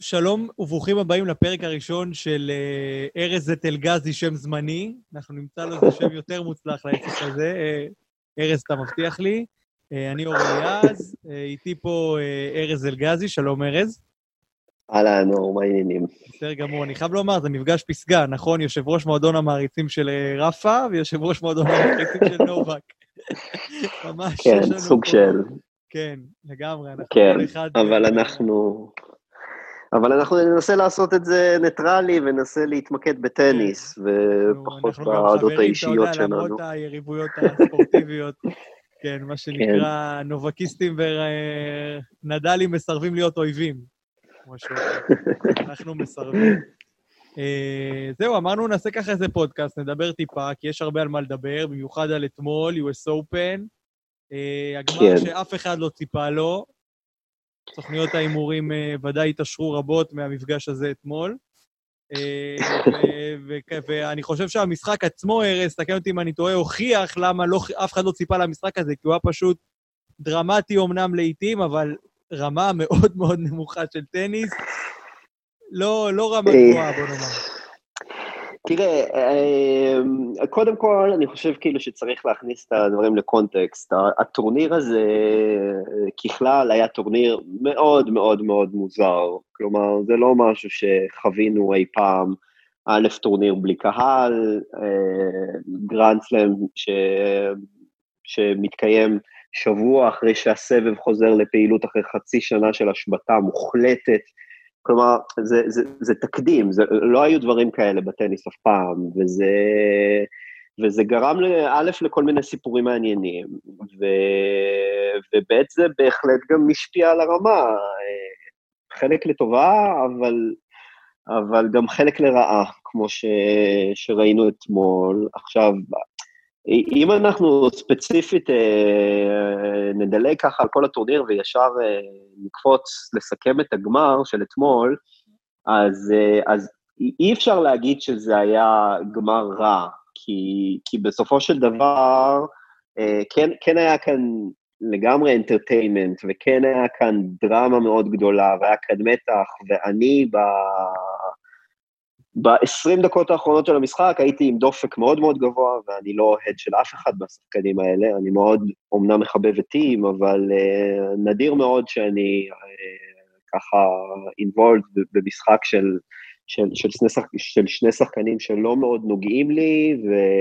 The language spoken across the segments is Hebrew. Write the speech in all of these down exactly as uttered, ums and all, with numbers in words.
שלום וברוכים הבאים לפרק הראשון של uh, ארז זטלגזי, שם זמני. אנחנו נמצא לו איזה שם יותר מוצלח לעסק הזה. Uh, ארז, אתה מבטיח לי. Uh, אני אור אליעז, uh, איתי פה uh, ארז זלגזי, שלום ארז. אהלן, אור, מה העניינים? בסדר גמור, אני חייב לומר, זה מפגש פסגה, נכון? יושב ראש מועדון המעריצים של uh, רפה, ויושב ראש מועדון המעריצים של נובק. ממש כן, יש לנו סוג פה... של... כן, לגמרי, אנחנו כן, כל אחד... אבל uh, אנחנו... אבל אנחנו ננסה לעשות את זה ניטרלי, וננסה להתמקד בטניס, כן. ופחות אנחנו גם בעדות חברים, אתה האישיות יודע, שלנו. למרות היריבויות הספורטיביות, כן, מה כן. שנקרא, נובקיסטים ונדלים מסרבים להיות אויבים, כמו שאומרים. אנחנו מסרבים. אה, זהו, אמרנו, נעשה ככה איזה פודקאסט, נדבר טיפה, כי יש הרבה על מה לדבר, במיוחד על אתמול, יו אס Open, אה, הגמר כן. שאף אחד לא ציפה לו, סוכניות ההימורים אה, ודאי התעשרו רבות מהמפגש הזה אתמול, ואני חושב שהמשחק עצמו, ארז, תקן אותי אם אני טועה, הוכיח למה אף אחד לא ציפה למשחק הזה, כי הוא היה פשוט דרמטי אומנם לעתים, אבל רמה מאוד מאוד נמוכה של טניס, לא רמה גבוהה, בוא נאמר. תראה, קודם כל, אני חושב כאילו שצריך להכניס את הדברים לקונטקסט. הטורניר הזה, ככלל, היה טורניר מאוד מאוד מאוד מוזר. כלומר, זה לא משהו שחווינו אי פעם. א', טורניר בלי קהל, גרנד סלאם ש... שמתקיים שבוע אחרי שהסבב חוזר לפעילות אחרי חצי שנה של השבתה מוחלטת. כלומר, זה, זה, זה תקדים, זה, לא היו דברים כאלה בטניס אף פעם, וזה, וזה גרם א' לכל מיני סיפורים מעניינים, ו, וב' זה בהחלט גם משפיע על הרמה, חלק לטובה, אבל, אבל גם חלק לרעה, כמו ש, שראינו אתמול. עכשיו, אם אנחנו ספציפית נדלג ככה על כל הטורניר וישר נקפוץ לסכם את הגמר של אתמול, אז, אז אי אפשר להגיד שזה היה גמר רע, כי, כי בסופו של דבר כן, כן היה כאן לגמרי אנטרטיימנט, וכן היה כאן דרמה מאוד גדולה, והיה כאן מתח, ואני ב... ב-עשרים דקות האחרונות של המשחק הייתי עם דופק מאוד מאוד גבוה, ואני לא אוהד של אף אחד מהשחקנים האלה, אני מאוד אומנם מחבב את טים, אבל uh, נדיר מאוד שאני uh, ככה involved במשחק של, של, של, שני שחק, של שני שחקנים שלא מאוד נוגעים לי,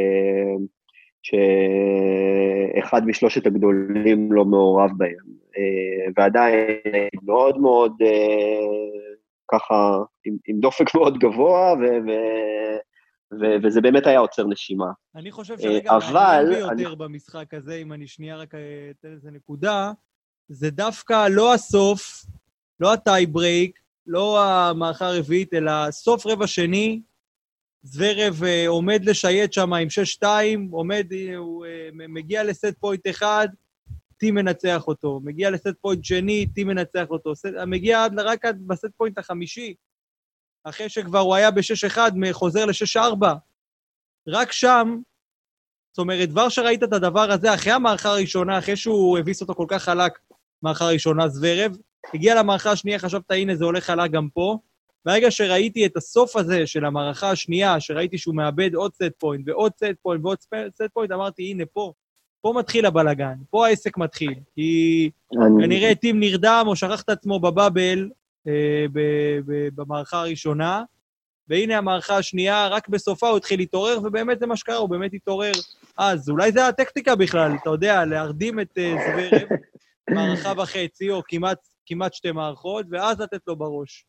ושאחד משלושת הגדולים לא מעורב בהם, uh, ועדיין מאוד מאוד... Uh, ככה, עם, עם דופק מאוד גבוה, ו, ו, ו, וזה באמת היה עוצר נשימה. אני חושב שרגע מעניין ביותר אני... במשחק הזה, אם אני שנייה רק אתן איזה נקודה, זה דווקא לא הסוף, לא הטי ברייק, לא המערכה הרביעית, אלא סוף רבע שני, זוורב עומד לשייט שם עם שש שתיים, עומד, הוא מגיע לסט פוינט אחד, טים מנצח אותו, מגיע לסט פוינט שני, טים מנצח אותו, מגיע עד רק עד בסט פוינט החמישי, אחרי שכבר הוא היה ב-שש אחד, חוזר ל-שש ארבע, רק שם, זאת אומרת, דבר שראית את הדבר הזה, אחרי המערכה הראשונה, אחרי שהוא הביס אותו כל כך חלק, מערכה הראשונה זוורב, הגיע למערכה השנייה, חשבת, הנה זה הולך חלק גם פה, ברגע שראיתי את הסוף הזה של המערכה השנייה, שראיתי שהוא מאבד עוד סט פוינט, ועוד סט פוינט, ועוד סט פוינט, אמרתי, הנה פה, פה מתחיל הבלגן, פה העסק מתחיל, כי אני... כנראה טים נרדם או שכח את עצמו בבאבל אה, ב- ב- במערכה הראשונה, והנה המערכה השנייה, רק בסופה הוא התחיל להתעורר, ובאמת זה מה שקרה, הוא באמת התעורר. אז אולי זה הטקטיקה בכלל, אתה יודע, להרדים את אה, זוורב, מערכה וחצי, או כמעט, כמעט שתי מערכות, ואז לתת לו בראש.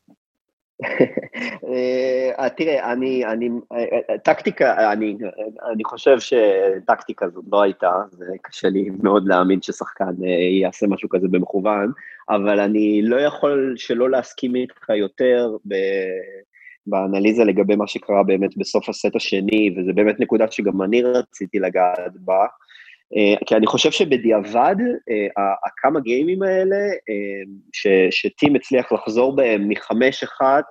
תראה, אני, אני, טקטיקה, אני, אני חושב שטקטיקה זאת לא הייתה, זה קשה לי מאוד להאמין ששחקן יעשה משהו כזה במכוון, אבל אני לא יכול שלא להסכים איתך יותר באנליזה לגבי מה שקרה באמת בסוף הסט השני, וזה באמת נקודה שגם אני רציתי לגעת בה, כי אני חושב שבדיעבד, הכמה גיימים האלה, שטים הצליח לחזור בהם מחמש אחת,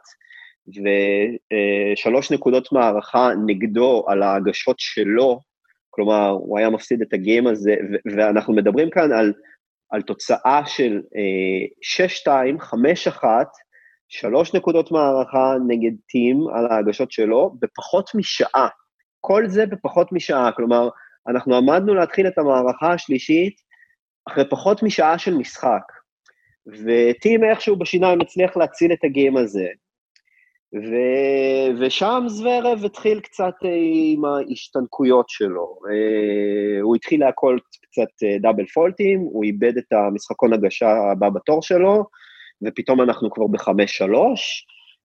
ושלוש נקודות מערכה נגדו על ההגשות שלו, כלומר, הוא היה מפסיד את הגיים הזה, ואנחנו מדברים כאן על, על תוצאה של שש שתיים, חמש אחת, שלוש נקודות מערכה נגד טים על ההגשות שלו, בפחות משעה. כל זה בפחות משעה, כלומר, אנחנו עמדנו להתחיל את המערכה השלישית, אחרי פחות משעה של משחק. וטים איכשהו בשיניים הצליח להציל את הגיים הזה. ו... ושם זוורב התחיל קצת עם ההשתנקויות שלו. הוא התחיל להכל קצת דאבל פולטים, הוא איבד את המשחקון הגשה הבא בתור שלו, ופתאום אנחנו כבר בחמש שלוש.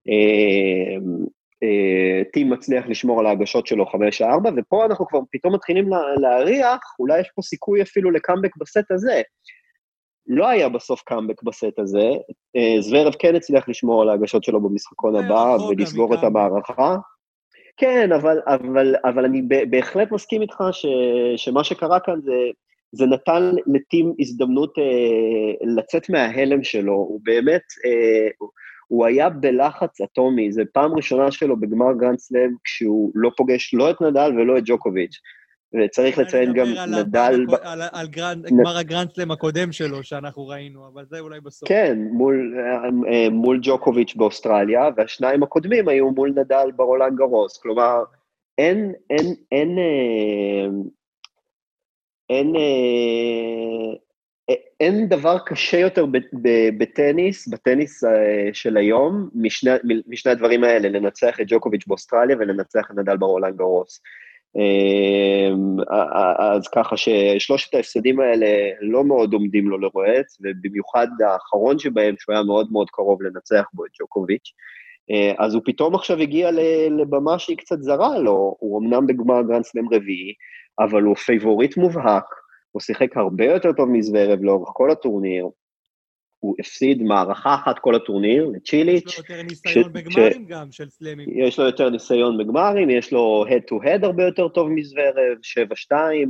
טים מצליח לשמור על ההגשות שלו חמש ארבע, ופה אנחנו כבר פתאום מתחילים להריח, אולי יש פה סיכוי אפילו לקאמבק בסט הזה. לא היה בסוף קאמבק בסט הזה, זוורב כן הצליח לשמור על ההגשות שלו במשחקון הבא, ולסגור את המערכה. כן, אבל, אבל, אבל אני בהחלט מסכים איתך ש, שמה שקרה כאן זה, זה נתן לטים הזדמנות אה, לצאת מההלם שלו, הוא באמת, אה, הוא היה בלחץ אטומי, זה פעם ראשונה שלו בגמר גרנד סלאם, כשהוא לא פוגש לא את נדל ולא את ג'וקוביץ', וצריך לציין גם נדל... על, על גרנד, גמר הגרנד סלאם הקודם שלו שאנחנו ראינו, אבל זה אולי בסוף. כן, מול, מול ג'וקוביץ' באוסטרליה, והשניים הקודמים היו מול נדל ברולנד גרוס, כלומר, אין, אין, אין, אין, אין, אין דבר קשה יותר בטניס, בטניס של היום, משני, משני הדברים האלה, לנצח את ג'וקוביץ' באוסטרליה ולנצח את נדל ברולנד גרוס. אז ככה ששלושת ההפסדים האלה לא מאוד עומדים לו לרועץ, ובמיוחד האחרון שבהם, שהוא היה מאוד מאוד קרוב לנצח בו את ג'וקוביץ', אז הוא פתאום עכשיו הגיע לבמה שהיא קצת זרה לו, הוא אמנם בגמר גרנד סלאם רביעי, אבל הוא פייבוריט מובהק, הוא שיחק הרבה יותר טוב מזוורב לאורך כל הטורניר, הוא הפסיד מערכה אחת כל הטורניר, לצ'יליץ'. יש לו יותר ניסיון בגמרים גם של סלאמים. יש לו יותר ניסיון בגמרים, יש לו head to head הרבה יותר טוב מזוורב, שבע שתיים,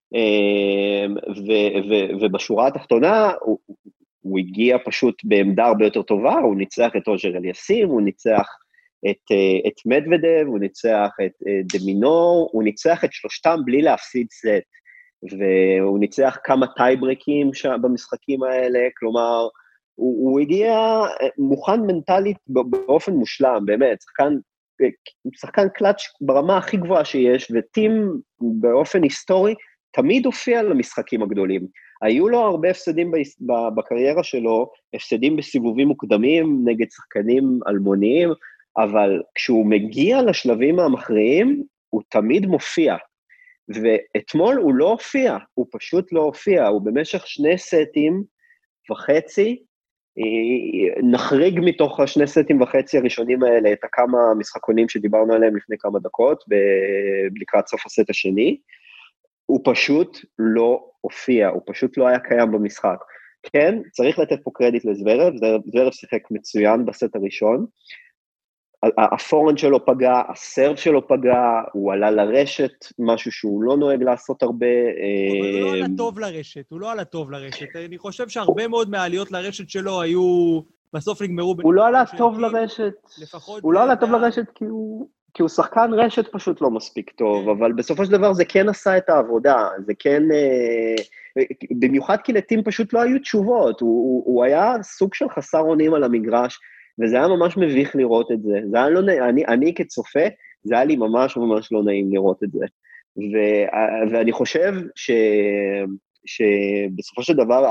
ובשורה התחתונה הוא, הוא הגיע פשוט בעמדה הרבה יותר טובה, הוא ניצח את רוג'ר אליאסים, הוא ניצח את, את מדוודב, הוא ניצח את דמינור, הוא ניצח את שלושתם בלי להפסיד סט, והוא ניצח כמה טייברקים במשחקים האלה, כלומר, הוא, הוא הגיע מוכן מנטלית באופן מושלם, באמת, שחקן, שחקן קלאץ' ברמה הכי גבוהה שיש, וטים באופן היסטורי תמיד הופיע למשחקים הגדולים. היו לו הרבה הפסדים בקריירה שלו, הפסדים בסיבובים מוקדמים נגד שחקנים אלמוניים, אבל כשהוא מגיע לשלבים המכריעים, הוא תמיד מופיע. ואתמול הוא לא הופיע, הוא פשוט לא הופיע, הוא במשך שני סטים וחצי, נחריג מתוך השני סטים וחצי הראשונים האלה את הכמה משחקונים שדיברנו עליהם לפני כמה דקות, לקראת סוף הסט השני, הוא פשוט לא הופיע, הוא פשוט לא היה קיים במשחק. כן, צריך לתת פה קרדיט לזוורב, זוורב שיחק מצוין בסט הראשון, הפורנד שלו פגע, הסרב שלו פגע, הוא עלה לרשת, משהו שהוא לא נוהג לעשות הרבה. אבל הוא לא עלה טוב לרשת, הוא לא עלה טוב לרשת. אני חושב שהרבה מאוד מהעליות לרשת שלו היו, בסוף נגמרו... הוא לא עלה טוב לרשת, הוא לא עלה טוב לרשת כי הוא... כי הוא שחקן רשת פשוט לא מספיק טוב, אבל בסופו של דבר זה כן עשה את העבודה, זה כן, במיוחד כי לטים פשוט לא היו תשובות, הוא, הוא היה סוג של חסר אונים על המגרש, וזה היה ממש מביך לראות את זה, זה היה לא נעים, אני, אני כצופה, זה היה לי ממש ממש לא נעים לראות את זה, ו, ואני חושב ש, שבסופו של דבר,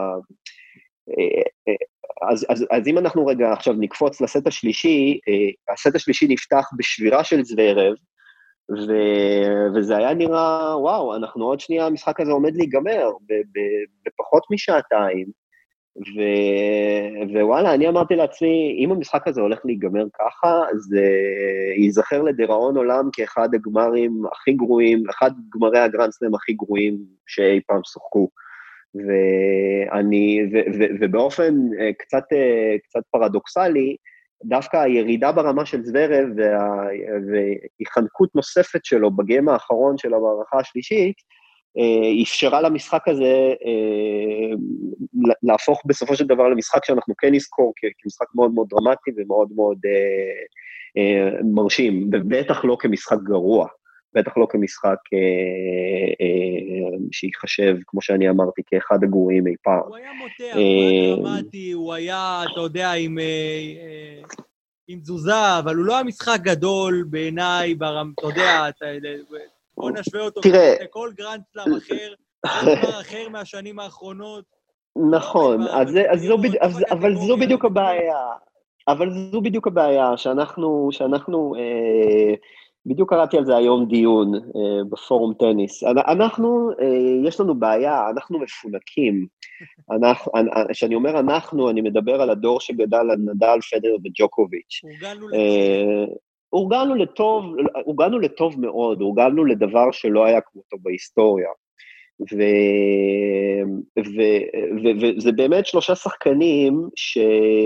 אז, אז, אז אם אנחנו רגע עכשיו נקפוץ לסט השלישי, הסט השלישי נפתח בשבירה של זוורב, ו, וזה היה נראה, וואו, אנחנו עוד שנייה, המשחק הזה עומד להיגמר, בפחות משעתיים, ו, ווואלה, אני אמרתי לעצמי, אם המשחק הזה הולך להיגמר ככה, זה ייזכר לדיראון עולם כאחד הגמרים הכי גרועים, אחד גמרי הגרנד סלאם הכי גרועים שאי פעם שוחקו. ואני, ו, ו, ובאופן קצת, קצת פרדוקסלי, דווקא הירידה ברמה של זוורב והחנקות נוספת שלו בגיים האחרון של המערכה השלישית, אפשרה למשחק הזה להפוך בסופו של דבר למשחק שאנחנו כן נזכור כמשחק מאוד מאוד דרמטי ומאוד מאוד מרשים, ובטח לא כמשחק גרוע. בטח לא כמשחק שיחשב, כמו שאני אמרתי, כאחד הגרועים אי פעם. הוא היה מותח, הוא היה דרמטי, הוא היה, אתה יודע, עם, עם תזוזה, אבל הוא לא היה משחק גדול בעיניי, ברם, אתה יודע, אתה, בוא נשווה אותו לכל גרנד סלאם אחר, כל דבר אחר מהשנים האחרונות. נכון, אבל זו בדיוק הבעיה. אבל זו בדיוק הבעיה, שאנחנו, שאנחנו, אה, בדיוק קראתי על זה היום דיון אה, בפורום טניס. אנחנו, אה, יש לנו בעיה, אנחנו מפונקים. אנחנו, כשאני אומר אנחנו, אני מדבר על הדור שגדל על נדל, פדרר וג'וקוביץ'. הורגלנו לטוב. הורגלנו לטוב, הורגלנו לטוב מאוד, הורגלנו לדבר שלא היה כמותו בהיסטוריה. ו... ו... ו... וזה באמת שלושה שחקנים ש...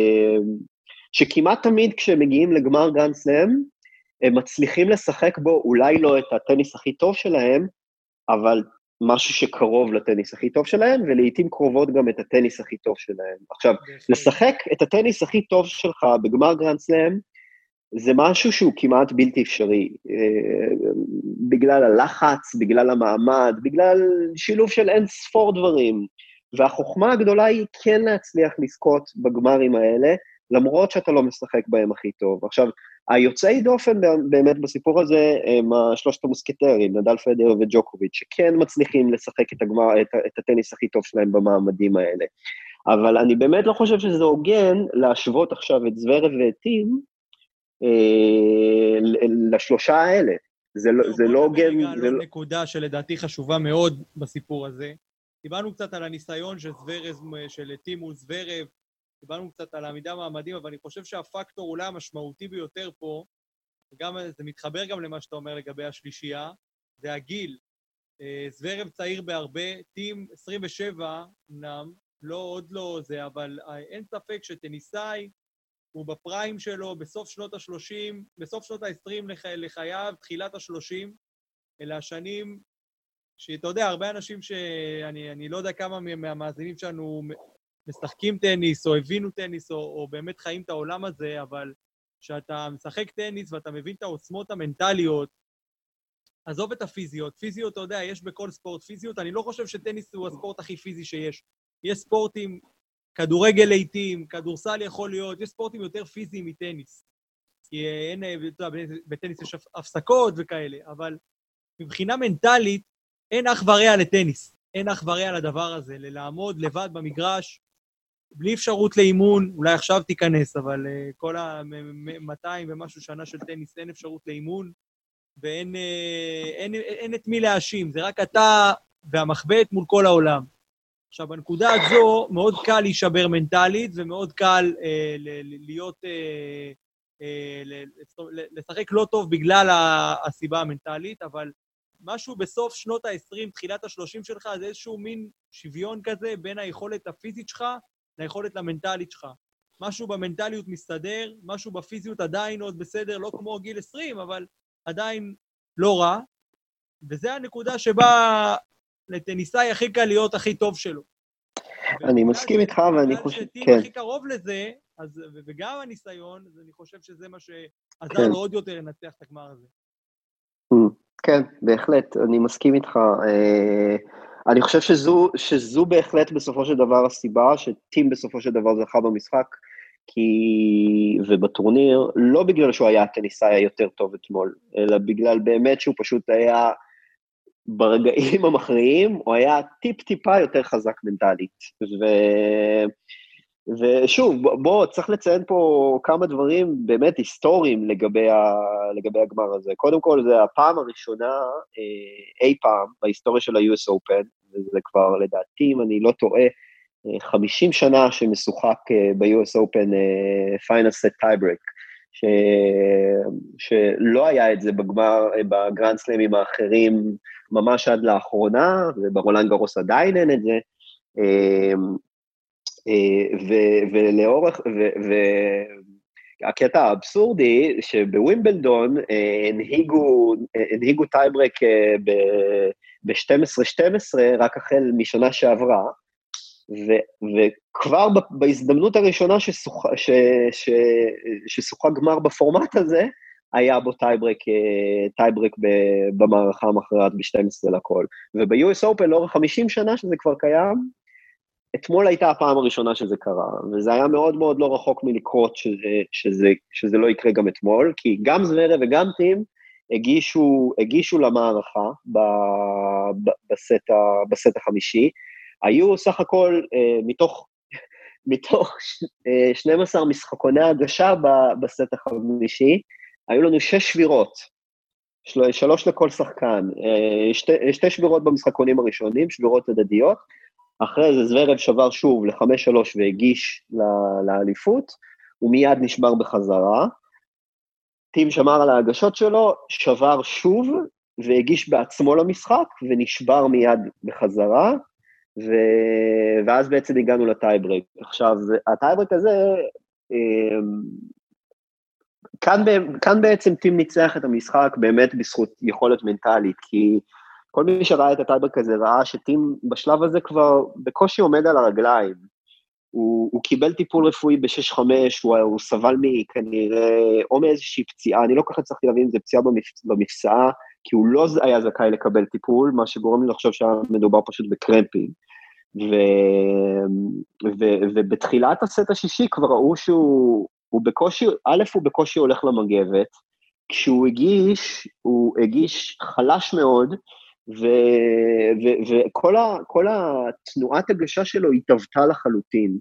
שכמעט תמיד כשהם מגיעים לגמר גרנד סלאם, הם מצליחים לשחק בו אולי לא את הטניס הכי טוב שלהם, אבל משהו שקרוב לטניס הכי טוב שלהם, ולעיתים קרובות גם את הטניס הכי טוב שלהם. עכשיו, לשחק את הטניס הכי טוב שלך בגמר גרנד סלאם, זה משהו שהוא כמעט בלתי אפשרי, בגלל הלחץ, בגלל המעמד, בגלל שילוב של אין ספור דברים, והחוכמה הגדולה היא כן להצליח לזכות בגמרים האלה, למרות שאתה לא משחק בהם הכי טוב. עכשיו, היוצאי דופן באמת בסיפור הזה הם שלושת המוסקטרים, נדל, פדרר וג'וקוביץ', שכן מצליחים לשחק את, הגמר, את, את הטניס הכי טוב שלהם במעמדים האלה. אבל אני באמת לא חושב שזה הוגן להשוות עכשיו את זוורב ואת טים, לשלושה האלה. זה לא הוגן. בוא נדבר על נקודה שלדעתי חשובה מאוד בסיפור הזה. דיברנו קצת על הניסיון של זוורב, של טים מול זוורב, דיברנו קצת על העמידה מעמדים, אבל אני חושב שהפקטור אולי המשמעותי ביותר פה, וגם זה מתחבר גם למה שאתה אומר לגבי השלישייה, זה הגיל. זוורב צעיר בהרבה, טים עשרים ושבע, אמנם, לא עוד לא זה, אבל אין ספק שטניסאי, הוא בפריים שלו, בסוף שנות ה-שלושים, בסוף שנות ה-עשרים לח... לחייו, תחילת ה-שלושים, אלה השנים שאתה יודע, הרבה אנשים שאני אני לא יודע כמה מהמאזינים שלנו משחקים טניס, או הבינו טניס, או, או באמת חיים את העולם הזה, אבל כשאתה משחק טניס ואתה מבין את העוצמות המנטליות, עזוב את הפיזיות. פיזיות, אתה יודע, יש בכל ספורט פיזיות. אני לא חושב שטניס הוא הספורט הכי פיזי שיש. יש ספורטים, כדורגל לעיתים, כדורסל יכול להיות, יש ספורטים יותר פיזיים מטניס. כי אין, אתה יודע, בטניס יש הפסקות וכאלה, אבל מבחינה מנטלית, אין אח ורע לטניס. אין אח ורע לדבר הזה, ללעמוד לבד במגרש, בלי אפשרות לאימון, אולי עכשיו תיכנס, אבל uh, כל ה-מאתיים ומשהו שנה של טניס אין אפשרות לאימון, ואין uh, אין, אין, אין את מי להאשים, זה רק אתה והמחבט מול כל העולם. עכשיו, בנקודה הזו מאוד קל להישבר מנטלית, ומאוד קל uh, ל- להיות, uh, uh, לשחק לא טוב בגלל הסיבה המנטלית, אבל משהו בסוף שנות ה-עשרים, תחילת ה-שלושים שלך, זה איזשהו מין שוויון כזה בין היכולת הפיזית שלך ליכולת המנטלית שלך. משהו במנטליות מסתדר, משהו בפיזיות עדיין עוד בסדר, לא כמו גיל עשרים, אבל עדיין לא רע, וזה הנקודה שבה לטניסאי הכי קל להיות הכי טוב שלו. אני מסכים איתך, ואני חושב, כן. בגלל הכי קרוב לזה, אז, וגם הניסיון, אז אני חושב שזה מה שעזר לו עוד יותר לנצח את הגמר הזה. כן, בהחלט, אני מסכים איתך. אני חושב שזו, שזו בהחלט בסופו של דבר הסיבה, שטים בסופו של דבר זכה במשחק, כי, ובטורניר, לא בגלל שהוא היה הטניסאי היותר טוב אתמול, אלא בגלל באמת שהוא פשוט היה, ברגעים המכריעים, הוא היה טיפ-טיפה יותר חזק מנטלית. ו... ושוב, בוא, צריך לציין פה כמה דברים באמת היסטוריים לגבי, ה... לגבי הגמר הזה. קודם כל, זה הפעם הראשונה אי פעם בהיסטוריה של ה-יו אס Open, וזה כבר לדעתי, אם אני לא טועה, חמישים שנה שמשוחק ב-יו אס Open Final Set Tiebreak, ש... שלא היה את זה בגמר, בגרנד סלאמים האחרים ממש עד לאחרונה, וברולנד גרוס עדיין אין את זה, ולאורך, והקטע האבסורדי, שבווימבלדון הנהיגו טייברק ב-שתים עשרה שתים עשרה, רק החל משנה שעברה, וכבר בהזדמנות הראשונה ששוחה גמר בפורמט הזה, היה בו טייברק, טייברק במערכה המכרעת ב-שתים עשרה לכל. וב-יו אס Open לאורך חמישים שנה שזה כבר קיים, אתמול הייתה הפעם הראשונה שזה קרה, וזה היה מאוד מאוד לא רחוק מלקרות שזה, שזה, שזה לא יקרה גם אתמול, כי גם זוורב וגם טים הגישו, הגישו למערכה ב, ב, בסט, ה, בסט החמישי, היו סך הכל מתוך, מתוך שנים עשר משחקוני הגשה בסט החמישי, היו לנו שש שבירות, של, שלוש לכל שחקן, שתי, שתי שבירות במשחקונים הראשונים, שבירות הדדיות, אחרי זה זוורב שבר שוב ל-חמש שלוש והגיש לאליפות, הוא מיד נשבר בחזרה, טים שמר על ההגשות שלו, שבר שוב והגיש בעצמו למשחק, ונשבר מיד בחזרה, ו... ואז בעצם הגענו לטייברק. עכשיו, הטייברק הזה, כאן, כאן בעצם טים ניצח את המשחק באמת בזכות יכולת מנטלית, כי כל מי שראה את הטייברק הזה ראה שטים בשלב הזה כבר בקושי עומד על הרגליים. הוא, הוא קיבל טיפול רפואי ב-שש חמש, הוא, הוא סבל מכנראה, או מאיזושהי פציעה, אני לא ככה צריכתי להבין אם זה פציעה במפ... במפסעה, כי הוא לא היה זכאי לקבל טיפול, מה שגורם לי לחשוב שמדובר פשוט בקרמפינג. ו... ו... ובתחילת הסט השישי כבר ראו שהוא הוא בקושי, א' הוא בקושי הולך למגבת, כשהוא הגיש, הוא הגיש חלש מאוד, וכל כל התנועת הגשה שלו התאבטה לחלוטין,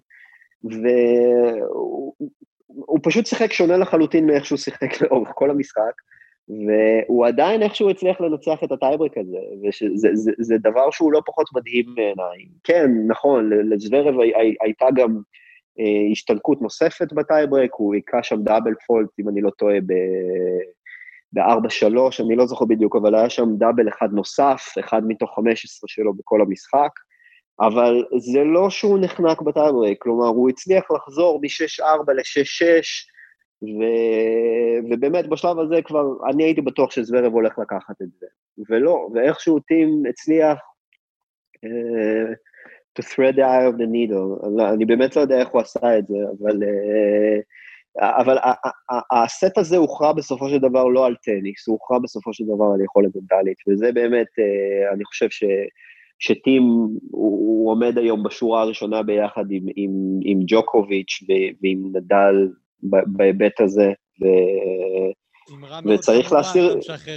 והוא פשוט שיחק שונה לחלוטין מאיך שהוא שיחק לאורך כל המשחק, והוא עדיין איכשהו הצליח לנצח את הטייברק הזה, וזה זה, זה דבר שהוא לא פחות מדהים בעיניי. כן, נכון, לזוורב הייתה גם השתנקות נוספת בטייברק, הוא היקע שם דאבל פולט, אם אני לא טועה, ב... ב-ארבע שלוש, אני לא זוכר בדיוק, אבל היה שם דאבל אחד נוסף, אחד מתוך חמש עשרה שלו בכל המשחק, אבל זה לא שהוא נחנק בטייברק, כלומר, הוא הצליח לחזור מ-שש ארבע ל-שש שש, ו... ובאמת בשלב הזה כבר, אני הייתי בטוח שזוורב הולך לקחת את זה, ולא, ואיכשהו טים הצליח uh, to thread the eye of the needle, אני באמת לא יודע איך הוא עשה את זה, אבל... Uh, אבל הסט הזה הוכרע בסופו של דבר לא על טניס, הוא הוכרע בסופו של דבר על יכולת מנטלית, וזה באמת, אני חושב ש, שטים, הוא, הוא עומד היום בשורה הראשונה ביחד עם, עם, עם ג'וקוביץ' ועם נדל בהיבט הזה, ו, וצריך להסיר...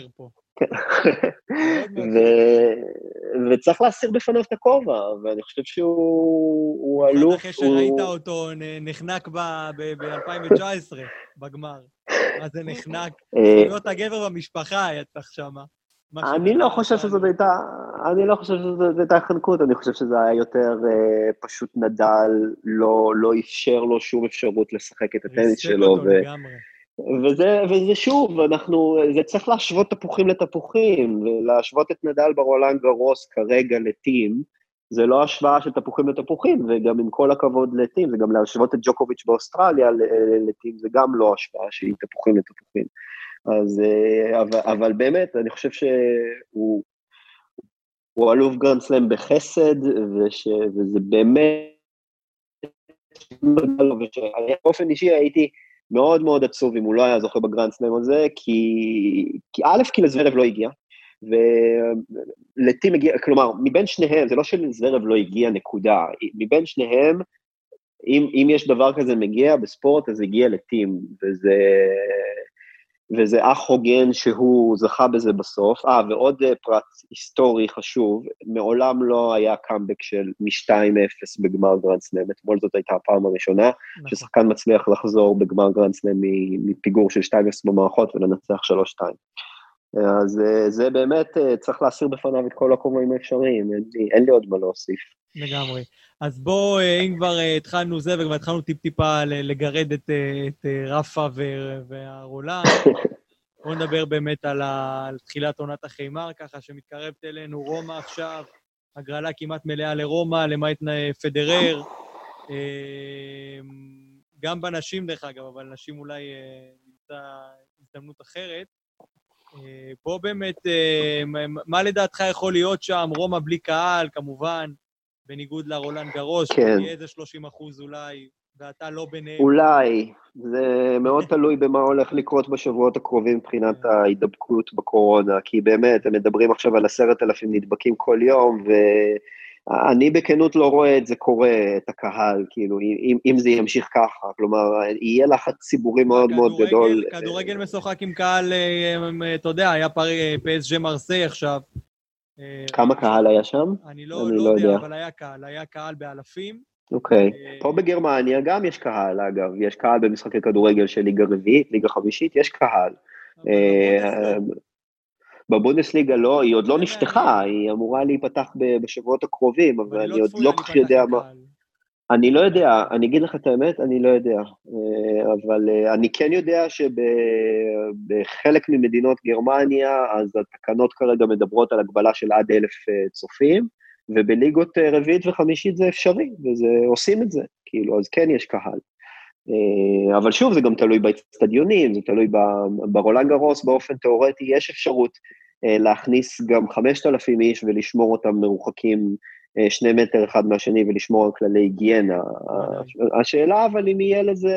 ו... וצריך להסיר בפניו את הכובע, ואני חושב שהוא אלוף... אחרי שראית אותו נחנק ב-אלפיים תשע עשרה בגמר, מה זה נחנק? להיות הגבר במשפחה היה צריך שמה. אני לא חושב שזאת הייתה, אני לא חושב שזאת הייתה חנקות, אני חושב שזה היה יותר פשוט נדל, לא אפשר לו שום אפשרות לשחק את הטניס שלו, וזה, וזה שוב, אנחנו, זה צריך להשוות תפוחים לתפוחים, ולהשוות את נדל ברולאן גרוס כרגע לטים, זה לא השוואה של תפוחים לתפוחים, וגם עם כל הכבוד לטים, זה גם להשוות את ג'וקוביץ' באוסטרליה לטים, זה גם לא השוואה שהיא תפוחים לתפוחים. אז, אבל, אבל באמת, אני חושב שהוא, הוא אלוף גרנד סלאם בחסד, וש, וזה באמת, באופן אישי הייתי, מאוד מאוד עצוב אם הוא לא היה זוכה בגרנד סלאם הזה, כי, כי א', כי לזוורב לא הגיע, ולטים הגיע, כלומר, מבין שניהם, זה לא שלזוורב לא הגיע נקודה, מבין שניהם, אם, אם יש דבר כזה מגיע בספורט, אז הגיע לטים, וזה, וזה אח הוגן שהוא זכה בזה בסוף. אה, ועוד פרט היסטורי חשוב, מעולם לא היה קאמבק של מ-שתיים אפס בגמר גרנד סלאם, אתמול זאת הייתה הפעם הראשונה, ששחקן מצליח לחזור בגמר גרנד סלאם מפיגור של שתיים אפס במערכות ולנצח שלוש שתיים. אז זה באמת, צריך להסיר בפניו את כל הכובעים האפשריים, אין לי, אין לי עוד מה להוסיף. לגמרי. אז בוא, אם כבר התחלנו זה, וכבר התחלנו טיפ-טיפה לגרד את, את רפה והרולן, בוא נדבר באמת על, ה, על תחילת עונת החיימר, ככה שמתקרבת אלינו רומא עכשיו, הגרלה כמעט מלאה לרומא, למעט פדרר, גם בנשים דרך אגב, אבל נשים אולי נמצא הזדמנות אחרת. בוא באמת, מה לדעתך יכול להיות שם, רומא בלי קהל, כמובן, בניגוד לרולן גרוס, כן. שיהיה איזה שלושים אחוז אולי, ואתה לא ביניהם. אולי, זה מאוד תלוי במה הולך לקרות בשבועות הקרובים מבחינת ההידבקות בקורונה, כי באמת, הם מדברים עכשיו על עשרת אלפים נדבקים כל יום, ואני בכנות לא רואה את זה קורה, את הקהל, כאילו, אם, אם זה ימשיך ככה, כלומר, יהיה לחץ ציבורי מאוד מאוד גדול. כדורגל משוחק עם קהל, אתה יודע, היה פי אס ג'י מרסיי עכשיו. כמה קהל היה שם? אני לא יודע, אבל היה קהל, היה קהל באלפים. אוקיי, פה בגרמניה גם יש קהל, אגב, יש קהל במשחקי כדורגל של ליגה רביעית, ליגה חמישית, יש קהל. בבונדסליגה לא, היא עוד לא נפתחה, היא אמורה להיפתח בשבועות הקרובים, אבל אני עוד לא כך יודע מה. אני לא יודע, אני אגיד לך את האמת, אני לא יודע, אבל אני כן יודע שבחלק ממדינות גרמניה, אז התקנות כרגע מדברות על הגבלה של עד אלף צופים, ובליגות רביעית וחמישית זה אפשרי, וזה עושים את זה, כאילו, אז כן יש קהל. אבל שוב, זה גם תלוי באצטדיונים, זה תלוי ברולאן גארוס, באופן תיאורטי, יש אפשרות להכניס גם חמשת אלפים איש ולשמור אותם מרוחקים שני מטר אחד מהשני ולשמור על כללי היגיינה. השאלה אבל אם יהיה לזה,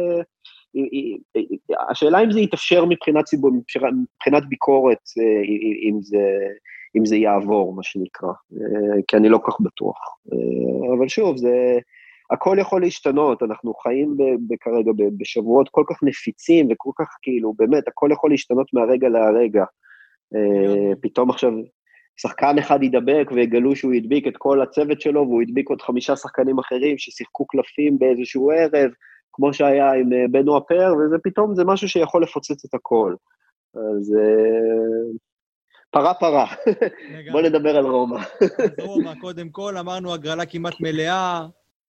השאלה אם זה יתאפשר מבחינת ציבור, מבחינת ביקורת, אם זה, אם זה יעבור, מה שנקרא, כי אני לא כך בטוח. אבל שוב, זה, הכל יכול להשתנות, אנחנו חיים כרגע בשבועות כל כך נפיצים, וכל כך כאילו, באמת, הכל יכול להשתנות מהרגע להרגע. פתאום עכשיו, שחקן אחד ידבק, ויגלו שהוא ידביק את כל הצוות שלו, והוא ידביק עוד חמישה שחקנים אחרים, ששיחקו קלפים באיזשהו ערב, כמו שהיה עם בנו הפר, וזה פתאום, זה משהו שיכול לפוצץ את הכל. אז פרה פרה, בוא נדבר על רומא. אז רומא, קודם כל, אמרנו הגרלה כמעט מלאה,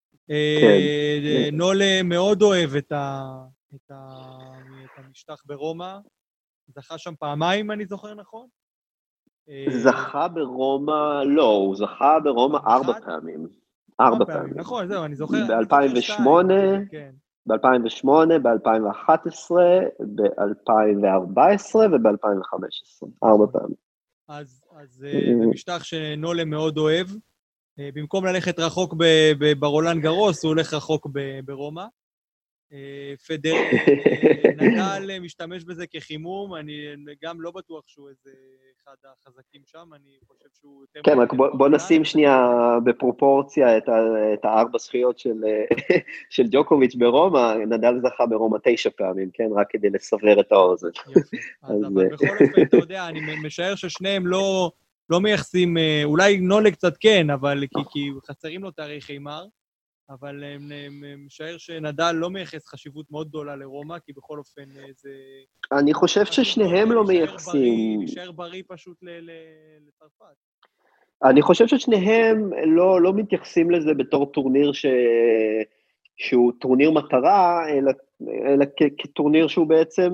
נולה מאוד אוהב את המשטח ברומא, זכה שם פעמיים, אני זוכר נכון? זכה ברומא, לא, הוא זכה ברומא ארבע פעמים. ארבע פעמים. נכון, זהו, אני זוכר. ב-אלפיים ושמונה, ב-אלפיים ושמונה, ב-אלפיים ואחת עשרה, ב-אלפיים וארבע עשרה וב-אלפיים וחמש עשרה. ארבע פעמים. אז זה משטח שנולה מאוד אוהב. במקום ללכת רחוק ברולאן גארוס, הוא הולך רחוק ברומא. פדר, נדל משתמש בזה כחימום, אני גם לא בטוח שהוא איזה אחד החזקים שם, אני חושב שהוא... כן, רק בוא נשים שנייה בפרופורציה את הארבע זכיות של ג'וקוביץ' ברומא, נדל זכה ברומא תשע פעמים, כן, רק כדי לסבר את האוזן. יופי, אבל בכל אופן, אתה יודע, אני משער ששניהם לא... לא מייחסים, אולי נולה קצת כן, אבל כי, כי חסרים לו תאריך חיימר, אבל אני משער שנדל לא מייחס חשיבות מאוד גדולה לרומא, כי בכל אופן זה... אני חושב ששניהם לא מייחסים. נשאר בריא פשוט לצרפת. אני חושב ששניהם לא, לא מתייחסים לזה בתור טורניר ש... שהוא טורניר מטרה, אלא, אלא כ- כטורניר שהוא בעצם...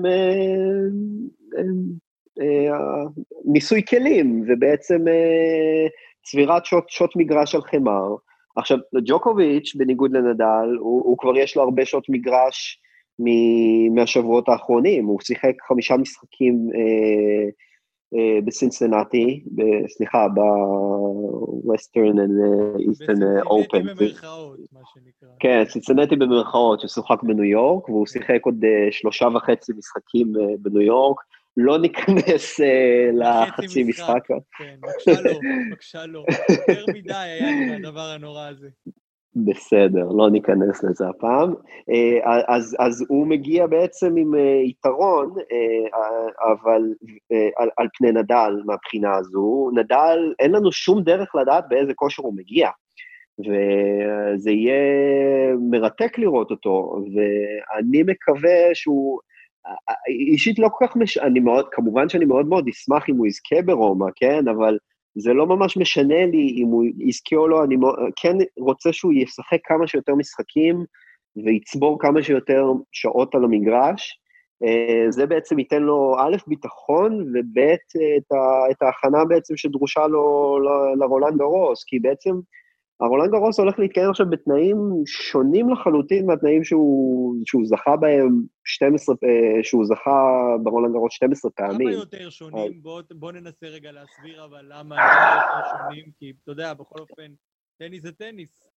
ניסוי כלים, ובעצם צבירת שוט, שוט מגרש על חמר. עכשיו, ג'וקוביץ', בניגוד לנדל, הוא, הוא כבר יש לו הרבה שוט מגרש מ- מהשבועות האחרונים, הוא שיחק חמישה משחקים אה, אה, בסינסנטי, ב- סליחה, ב-Western and Eastern Open. בסינסנטי במרכאות, מה שנקרא. כן, סינסנטי במרכאות, ששוחק בניו יורק, והוא שיחק עוד uh, שלושה וחצי משחקים uh, בניו יורק, לא ניכנס uh, לחצי משחק. כן, בבקשה לא, בבקשה לא. יותר מדי היה לי מהדבר הנורא הזה. בסדר, לא ניכנס לזה הפעם. Uh, אז, אז הוא מגיע בעצם עם uh, יתרון, uh, אבל uh, על, על פני נדל מהבחינה הזו. נדל, אין לנו שום דרך לדעת באיזה כושר הוא מגיע. וזה יהיה מרתק לראות אותו, ואני מקווה שהוא, אישית לא כל כך, מש... אני מאוד, כמובן שאני מאוד מאוד אשמח אם הוא יזכה ברומא, כן, אבל זה לא ממש משנה לי אם הוא יזכה או לא, אני כן רוצה שהוא ישחק כמה שיותר משחקים, ויצבור כמה שיותר שעות על המגרש, זה בעצם ייתן לו א', ביטחון, וב', את, ה... את ההכנה בעצם שדרושה לו לרולאן גארוס, כי בעצם, הרולאן גארוס הולך להתקיים עכשיו בתנאים שונים לחלוטין מהתנאים שהוא, שהוא זכה בהם שתים עשרה, שהוא זכה ברולאן גארוס שתים עשרה פעמים. למה יותר שונים? בוא, בוא ננסה רגע להסביר, אבל למה יותר שונים? כי אתה יודע, בכל אופן, טניס זה טניס.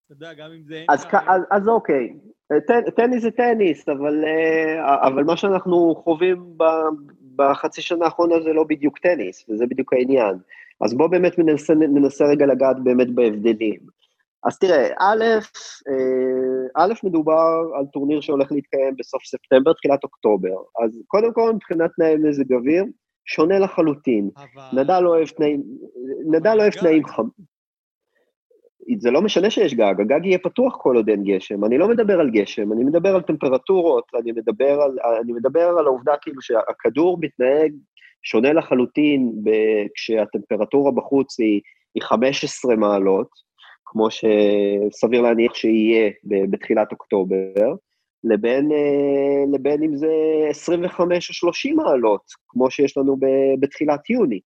אתה יודע, גם אם זה... אז, אז, אז אוקיי, טניס זה טניס, אבל, אבל מה שאנחנו חווים בחצי שנה האחרונה זה לא בדיוק טניס, וזה בדיוק העניין. אז בוא באמת ננסה, ננסה רגע לגעת באמת בהבדלים. אז תראה, א', א', מדובר על טורניר שהולך להתקיים בסוף ספטמבר, תחילת אוקטובר. אז קודם כל, מבחינת תנאי מזג אוויר, שונה לחלוטין. אבל... נדל לא אוהב תנאים, נדל לא אוהב תנאים חמים. זה לא משנה שיש גג, הגג יהיה פתוח כל עוד אין גשם, אני לא מדבר על גשם, אני מדבר על טמפרטורות, אני מדבר על, אני מדבר על העובדה כאילו שהכדור מתנהג שונה לחלוטין, כשהטמפרטורה בחוץ היא, היא חמש עשרה מעלות, כמו שסביר להניח שיהיה בתחילת אוקטובר, לבין, לבין אם זה עשרים וחמש או שלושים מעלות, כמו שיש לנו בתחילת יוני.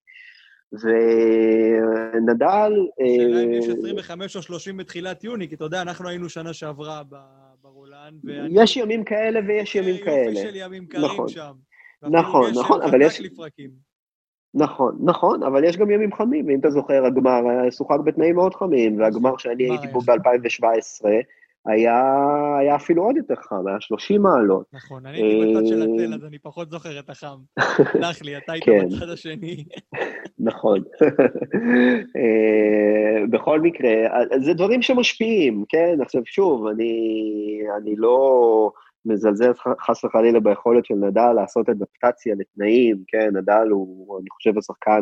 ונדל... שאלה אם יש עשרים וחמש או שלושים בתחילת יוני, כי אתה יודע, אנחנו היינו שנה שעברה ברולן, יש ימים כאלה ויש ימים כאלה. יופי של ימים קרים שם. נכון, נכון, אבל יש... לפרקים. נכון, נכון, אבל יש גם ימים חמים, ואם אתה זוכר, הגמר שוחק בתנאים מאוד חמים, והגמר שאני הייתי בו ב-אלפיים שבע עשרה, היה, היה אפילו עוד יותר חם, היה שלושים מעלות. נכון, אני הייתי בצד של הצל, אז אני פחות זוכר את החם. סלח לי, אתה היית בצד השני. נכון. בכל מקרה, זה דברים שמשפיעים, כן? עכשיו שוב, אני, אני לא מזלזל חס וחלילה ביכולת של נדל לעשות אדפטציה לתנאים, כן? נדל הוא, אני חושב, השחקן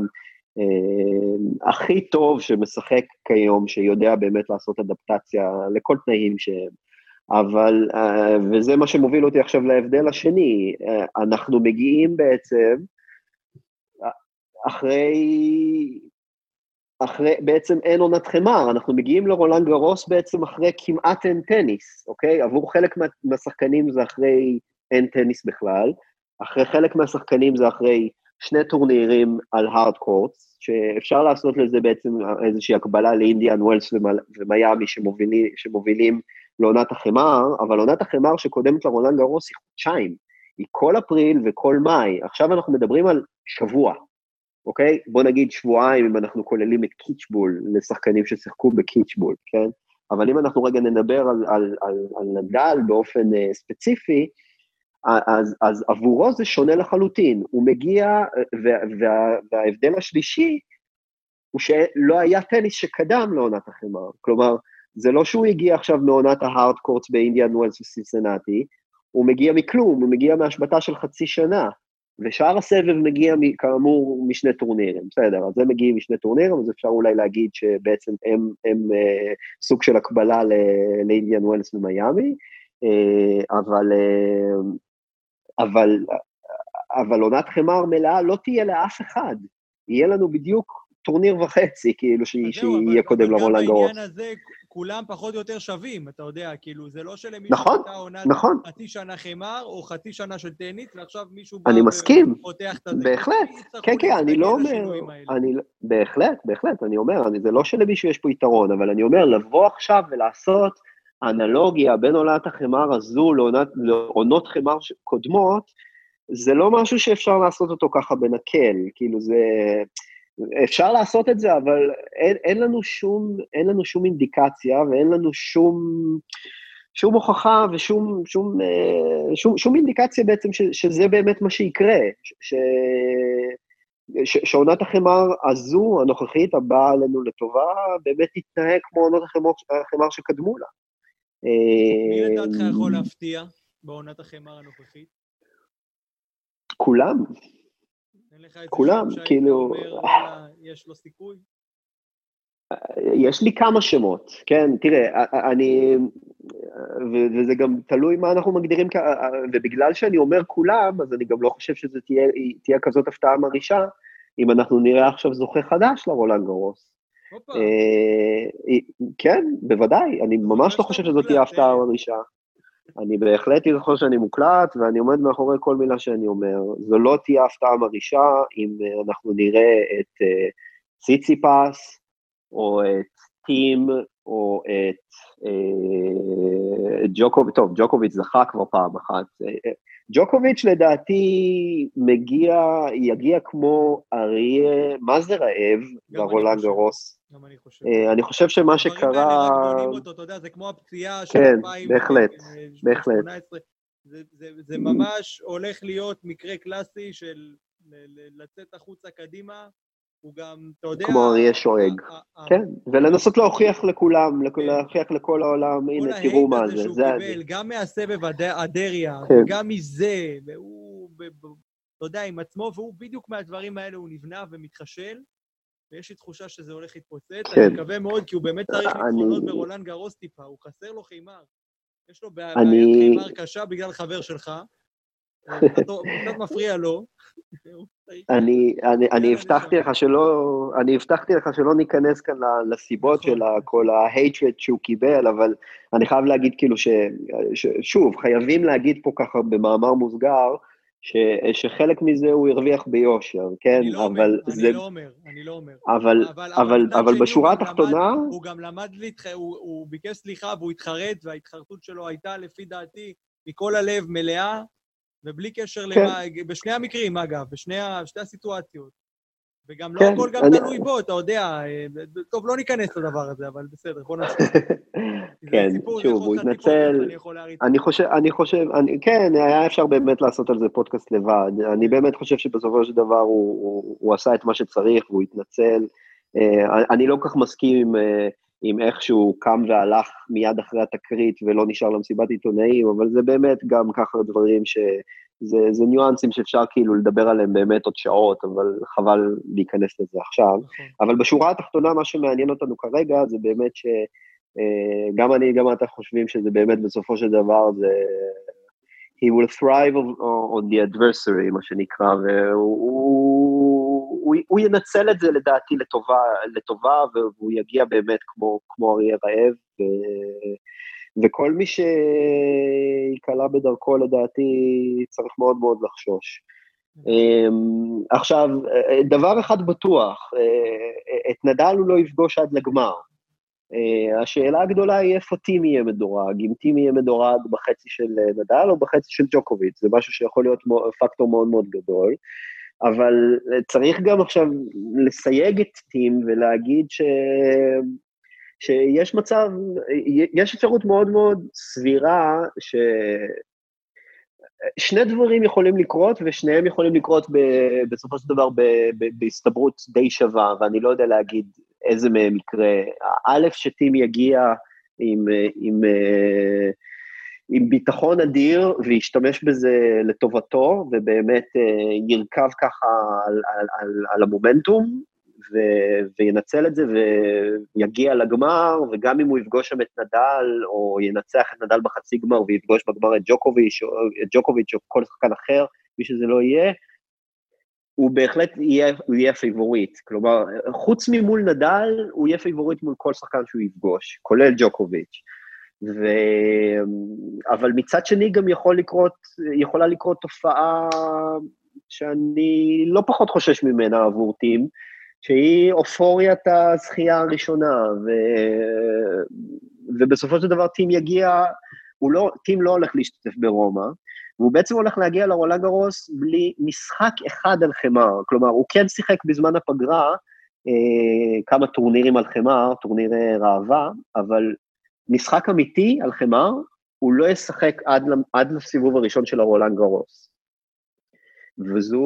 הכי טוב שמשחק כיום, שיודע באמת לעשות אדפטציה לכל תנאים שהם. אבל, וזה מה שמוביל אותי עכשיו להבדל השני, אנחנו מגיעים בעצם, אחרי, אחרי, בעצם אין עונת חמר, אנחנו מגיעים לרולנד גרוס בעצם אחרי כמעט אין טניס, אוקיי? עבור חלק מה, מהשחקנים זה אחרי אין טניס בכלל, אחרי חלק מהשחקנים זה אחרי שני טורנירים על הארד קורטס, שאפשר לעשות לזה בעצם איזושהי הקבלה לאינדיאן ווילס ומיימי שמובילים, שמובילים לעונת החמר, אבל עונת החמר שקודמת לרולנד גרוס היא חודשיים, היא כל אפריל וכל מאי, עכשיו אנחנו מדברים על שבוע, אוקיי? בוא נגיד שבועיים אם אנחנו כוללים את קיצ'בול, לשחקנים ששיחקו בקיצ'בול, כן? אבל אם אנחנו רגע נדבר על, על, על, על נדל באופן uh, ספציפי, אז, אז עבורו זה שונה לחלוטין, הוא מגיע, וה, וה, וההבדל השלישי, הוא שלא היה טניס שקדם לעונת החמר, כלומר, זה לא שהוא הגיע עכשיו מעונת ההארד קורטס באינדיאן ווילס וסינסינטי, הוא מגיע מכלום, הוא מגיע מהשבטה של חצי שנה, ושאר הסבב מגיע כאמור משני טורנירים, בסדר, אז הם מגיעים משני טורנירים, אז אפשר אולי להגיד שבעצם הם, הם אה, סוג של הקבלה לאינדיאן ווילס ומיימי, אה, אבל, אה, אבל, אבל עונת חמר מלאה לא תהיה לאף אחד, יהיה לנו בדיוק טורניר וחצי, כאילו שיהיה קודם לרולנד גרוס. בעניין הזה כולם פחות או יותר שווים, אתה יודע, כאילו זה לא שלמישהו נכון, הייתה עונת נכון. חצי שנה חמר או חצי שנה של טניס, ועכשיו מישהו אני מסכים, ופותח את זה. בהחלט, כן, כן, אני לא אומר, אני, בהחלט, בהחלט, אני אומר, אני, זה לא שלמישהו יש פה יתרון, אבל אני אומר, לבוא עכשיו ולעשות אנלוגיה בין עונת החמר הזו לעונת, לעונות חמר קודמות, זה לא משהו שאפשר לעשות אותו ככה בנקל, כאילו זה... אפשר לעשות את זה, אבל אין, אין לנו שום, אין לנו שום אינדיקציה, ואין לנו שום, שום הוכחה, ושום, שום, שום, שום אינדיקציה בעצם ש, שזה באמת מה שיקרה, ש, ש, שעונת החמר הזו, הנוכחית, הבאה עלינו לטובה, באמת תתנהג כמו עונות החמר, החמר שקדמו לה. מי לדעתך יכול להפתיע בעונת החמר הנוכחית? כולם. כולם, כאילו... יש לו סיכוי? יש לי כמה שמות, כן, תראה, אני, וזה גם תלוי מה אנחנו מגדירים, ובגלל שאני אומר כולם, אז אני גם לא חושב שזה תהיה, תהיה כזאת הפתעה מרעישה, אם אנחנו נראה עכשיו זוכה חדש לרולנד גרוס. כן, בוודאי, אני ממש לא חושב שזאת תהיה הפתעה מרעישה. אני בהחלט יכול שאני מוקלט, ואני עומד מאחורי כל מילה שאני אומר. זו לא תהיה הפתעה מרעישה, אם אנחנו נראה את ציציפס, או את טים או את ג'וקוביץ', טוב, ג'וקוביץ' זכה כבר פעם אחת, ג'וקוביץ' לדעתי מגיע, יגיע כמו אריה, מה זה רעב, ברולנד גרוס. גם אני חושב. אני חושב שמה שקרה... הדברים האלה רק בונים אותו, אתה יודע, זה כמו הפציעה של כן, אלפיים בהחלט, בהחלט. שמונה עשרה. זה, זה, זה ממש הולך להיות מקרה קלאסי של לצאת החוצה קדימה, הוא גם, אתה יודע... כמו אריה שואג, כן, ולנסות להוכיח לכולם, להוכיח לכל העולם, הנה, תראו מה זה. כל ההייט הזה שהוא קיבל, גם מהסבב אדריה, וגם מזה, והוא, אתה יודע, עם עצמו, והוא בדיוק מהדברים האלה, הוא נבנה ומתחשל, ויש לי תחושה שזה הולך להתפוצץ, אני מקווה מאוד, כי הוא באמת צריך להתחונות ברולנד גרוס טיפה, הוא חסר לו חימר. יש לו בעיית חימר קשה בגלל חבר שלך, הוא קצת מפריע לו. אני הבטחתי לך שלא, אני הבטחתי לך שלא ניכנס כאן לסיבות של כל ה-hatred שהוא קיבל, אבל אני חייב להגיד כאילו ששוב, חייבים להגיד פה ככה במאמר מוסגר, שחלק מזה הוא הרוויח ביושר, כן? אני לא אומר, אני לא אומר, אני לא אומר. אבל בשורה התחתונה... הוא גם למד, הוא ביקש סליחה והוא התחרט, וההתחרטות שלו הייתה לפי דעתי מכל הלב מלאה, ובלי קשר למה, בשני המקרים אגב, בשני הסיטואציות. וגם לא הכל גם תלוי בו, אתה יודע, טוב, לא ניכנס לדבר הזה, אבל בסדר, בוא נמשיך. כן, שוב, הוא התנצל, אני חושב, אני חושב, כן, היה אפשר באמת לעשות על זה פודקאסט לבד, אני באמת חושב שבסופו של דבר הוא עשה את מה שצריך, והוא התנצל, אני לא כך מסכים עם איך שהוא קם והלך מיד אחרי התקרית, ולא נשאר למסיבת עיתונאים, אבל זה באמת גם ככה דברים ש... זה, זה ניואנסים שאפשר כאילו לדבר עליהם באמת עוד שעות, אבל חבל להיכנס לזה עכשיו. אבל בשורה התחתונה, מה שמעניין אותנו כרגע, זה באמת שגם אני, גם אתה חושבים שזה באמת בסופו של דבר, זה... He will thrive on the adversary, מה שנקרא, והוא הוא ינצל את זה לדעתי לטובה, לטובה, והוא יגיע באמת כמו, כמו אריה רעב, ו... וכל מי שיקלה בדרכו לדעתי צריך מאוד מאוד לחשוש. עכשיו, דבר אחד בטוח, את נדל הוא לא יפגוש עד לגמר. השאלה הגדולה היא איפה טים יהיה מדורג, אם טים יהיה מדורג בחצי של נדל או בחצי של ג'וקוביץ', זה משהו שיכול להיות פקטור מאוד מאוד גדול, אבל צריך גם עכשיו לסייג את טים ולהגיד ש... שיש מצב, יש אפשרות מאוד מאוד סבירה ששני דברים יכולים לקרות, ושניהם יכולים לקרות בסופו של דבר בהסתברות די שווה, ואני לא יודע להגיד איזה מהם יקרה. א', שטים יגיע עם, עם, עם ביטחון אדיר, וישתמש בזה לטובתו, ובאמת ירכב ככה על, על, על, על המומנטום, ו- וינצל את זה ויגיע לגמר, וגם אם הוא יפגוש שם את נדל, או ינצח את נדל בחצי גמר, ויפגוש בגמר את ג'וקוביץ' או, את ג'וקוביץ' או כל שחקן אחר, מי שזה לא יהיה, הוא בהחלט יהיה, הוא יהיה פייבוריט. כלומר, חוץ ממול נדל, הוא יהיה פייבוריט מול כל שחקן שהוא יפגוש, כולל ג'וקוביץ'. ו... אבל מצד שני גם יכול לקרות, יכולה לקרות תופעה שאני לא פחות חושש ממנה עבור טים, שהיא אופוריית הזכייה הראשונה, ו... ובסופו של דבר טים יגיע, הוא לא, טים לא הולך להשתתף ברומא, והוא בעצם הולך להגיע לרולנד גרוס בלי משחק אחד על חמר, כלומר, הוא כן שיחק בזמן הפגרה, אה, כמה טורנירים על חמר, טורנירי ראווה, אבל משחק אמיתי על חמר, הוא לא ישחק עד, עד לסיבוב הראשון של הרולנד גרוס. וזו,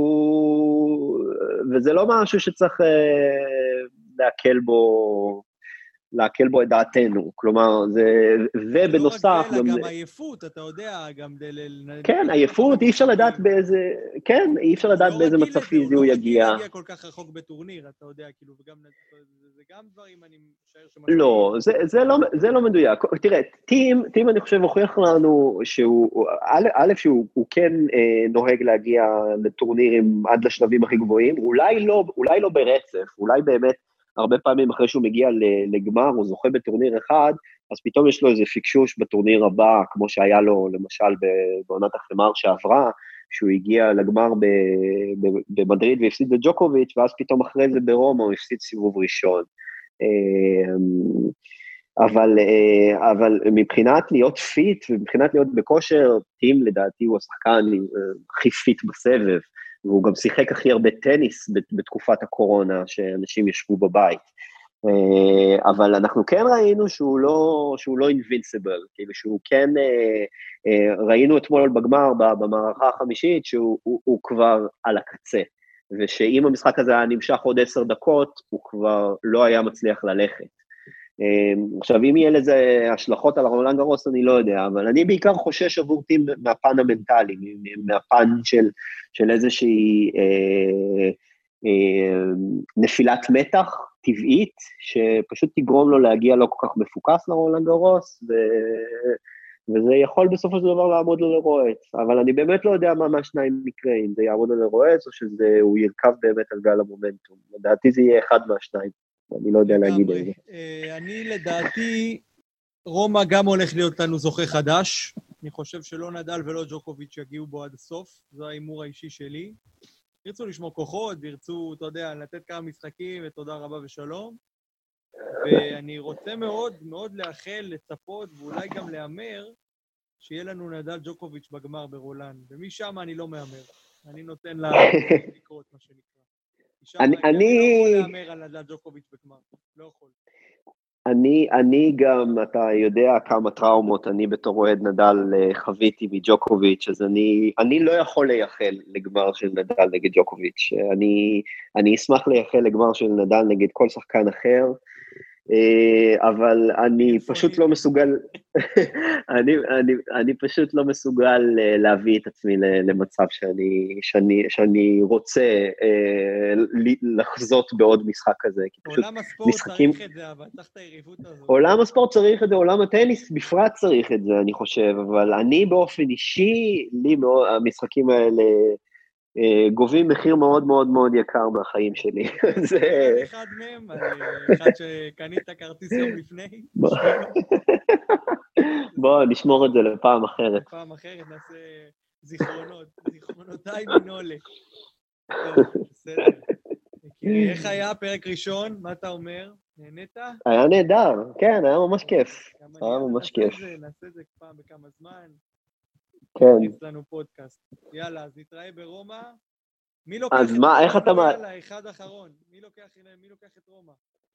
וזה לא משהו שצריך אה, להקל בו, להקל בו את דעתנו, כלומר, זה, ובנוסף... לא רק זה, אלא גם עייפות, אתה יודע, גם... כן, עייפות, אי אפשר לדעת באיזה, כן, אי אפשר לדעת באיזה מצב פיזי הוא יגיע. הוא לא רגיל להגיע כל כך רחוק בטורניר, אתה יודע, כאילו, וגם, זה גם דברים, אני משער שמשהו... לא, זה לא, זה לא מדויק. תראה, טים, טים אני חושב הוכיח לנו שהוא, א', שהוא כן נוהג להגיע לטורנירים עד לשלבים הכי גבוהים, אולי לא, אולי לא ברצף, אולי באמת, הרבה פעמים אחרי שהוא מגיע לגמר, הוא זוכה בטורניר אחד, אז פתאום יש לו איזה פיקשוש בטורניר הבא, כמו שהיה לו למשל בעונת החמר שעברה, שהוא הגיע לגמר במדריד והפסיד לג'וקוביץ', ואז פתאום אחרי זה ברומא הוא הפסיד סיבוב ראשון. אבל, אבל מבחינת להיות פיט, ומבחינת להיות בכושר, טים לדעתי הוא השחקן הכי פיט בסבב, והוא גם שיחק הכי הרבה טניס בתקופת הקורונה, שאנשים ישבו בבית. אבל אנחנו כן ראינו שהוא לא, שהוא לא invincible, כאילו שהוא כן, ראינו אתמול בגמר, במערכה החמישית, שהוא הוא, הוא כבר על הקצה, ושאם המשחק הזה היה נמשך עוד עשר דקות, הוא כבר לא היה מצליח ללכת. עכשיו, אם יהיה לזה השלכות על רולאן גארוס, אני לא יודע, אבל אני בעיקר חושש עבור טים מהפן המנטלי, מהפן של, של איזושהי אה, אה, נפילת מתח טבעית, שפשוט תגרום לו להגיע לא כל כך מפוקס לרולאן גארוס, ו... וזה יכול בסופו של דבר לעמוד לו לרועץ, אבל אני באמת לא יודע מה מהשניים מקרה, אם זה יעמוד לו לרועץ, או שהוא ירכב באמת על גל המומנטום. לדעתי זה יהיה אחד מהשניים. אני לא יודע להגיד את זה. אני לדעתי, רומא גם הולך להיות לנו זוכה חדש. אני חושב שלא נדל ולא ג'וקוביץ' יגיעו בו עד הסוף. זה האימור האישי שלי. ירצו לשמור כוחות, ירצו, אתה יודע, לתת כמה משחקים, ותודה רבה ושלום. ואני רוצה מאוד, מאוד לאחל, לצפות, ואולי גם לאמר, שיהיה לנו נדל ג'וקוביץ' בגמר ברולן. ומשם אני לא מאמר. אני נותן לה לקרות מה שנקרא. אני, אני... לא יכול לאמר על נדל ג'וקוביץ' בגמר, לא יכול. אני, אני גם, אתה יודע כמה טראומות אני בתור אוהד נדל חוויתי מג'וקוביץ', אז אני, אני לא יכול לייחל לגמר של נדל נגד ג'וקוביץ'. אני, אני אשמח לייחל לגמר של נדל נגד כל שחקן אחר, אבל אני פשוט לא מסוגל, אני, אני, אני פשוט לא מסוגל להביא את עצמי למצב שאני, שאני, שאני רוצה לחזות בעוד משחק כזה. עולם הספורט צריך את זה, אבל צריך את היריבות הזאת. עולם הספורט צריך את זה, עולם הטניס בפרט צריך את זה, אני חושב, אבל אני באופן אישי, לי מאוד, המשחקים האלה, גובים מחיר מאוד מאוד מאוד יקר מהחיים שלי. זה אחד מהם, אחד שקנית כרטיס יום לפני. בוא, נשמור את זה לפעם אחרת. לפעם אחרת, נעשה זיכרונות, זיכרונותיי מנולה. טוב, בסדר. איך היה פרק ראשון? מה אתה אומר? נהנית? היה נהדר, כן, היה ממש כיף. היה ממש כיף. נעשה את זה פעם בכמה זמן. כן. נכניס לנו פודקאסט. יאללה, אז נתראה ברומא. מי לוקח אז מה, איך אתה... יאללה, אחד אחרון. מי לוקח, מי לוקח את רומא?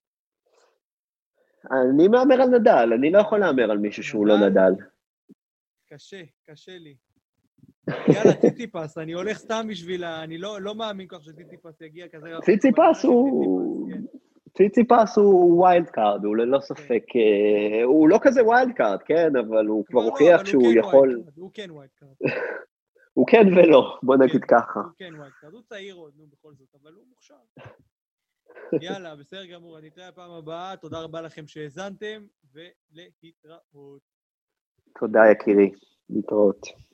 אני מאמר על נדל, אני לא יכול לאמר על מישהו שהוא לא נדל. קשה, קשה לי. יאללה, ציציפס, אני הולך סתם בשביל... אני לא, לא מאמין כך שציציפס יגיע כזה... ציציפס הוא... ציציפס הוא ווילד קארד, הוא ללא ספק... הוא לא כזה ווילד קארד, כן, אבל הוא כבר הוכיח שהוא יכול... הוא כן ווילד קארד. הוא כן ולא, בוא נגיד ככה. הוא כן ווילד קארד, הוא צעיר עוד, נו, בכל זאת, אבל הוא מוכשר. יאללה, בסדר גמור, אני אתראה הפעם הבאה, תודה רבה לכם שהאזנתם, ולהתראות. תודה יקירי, להתראות.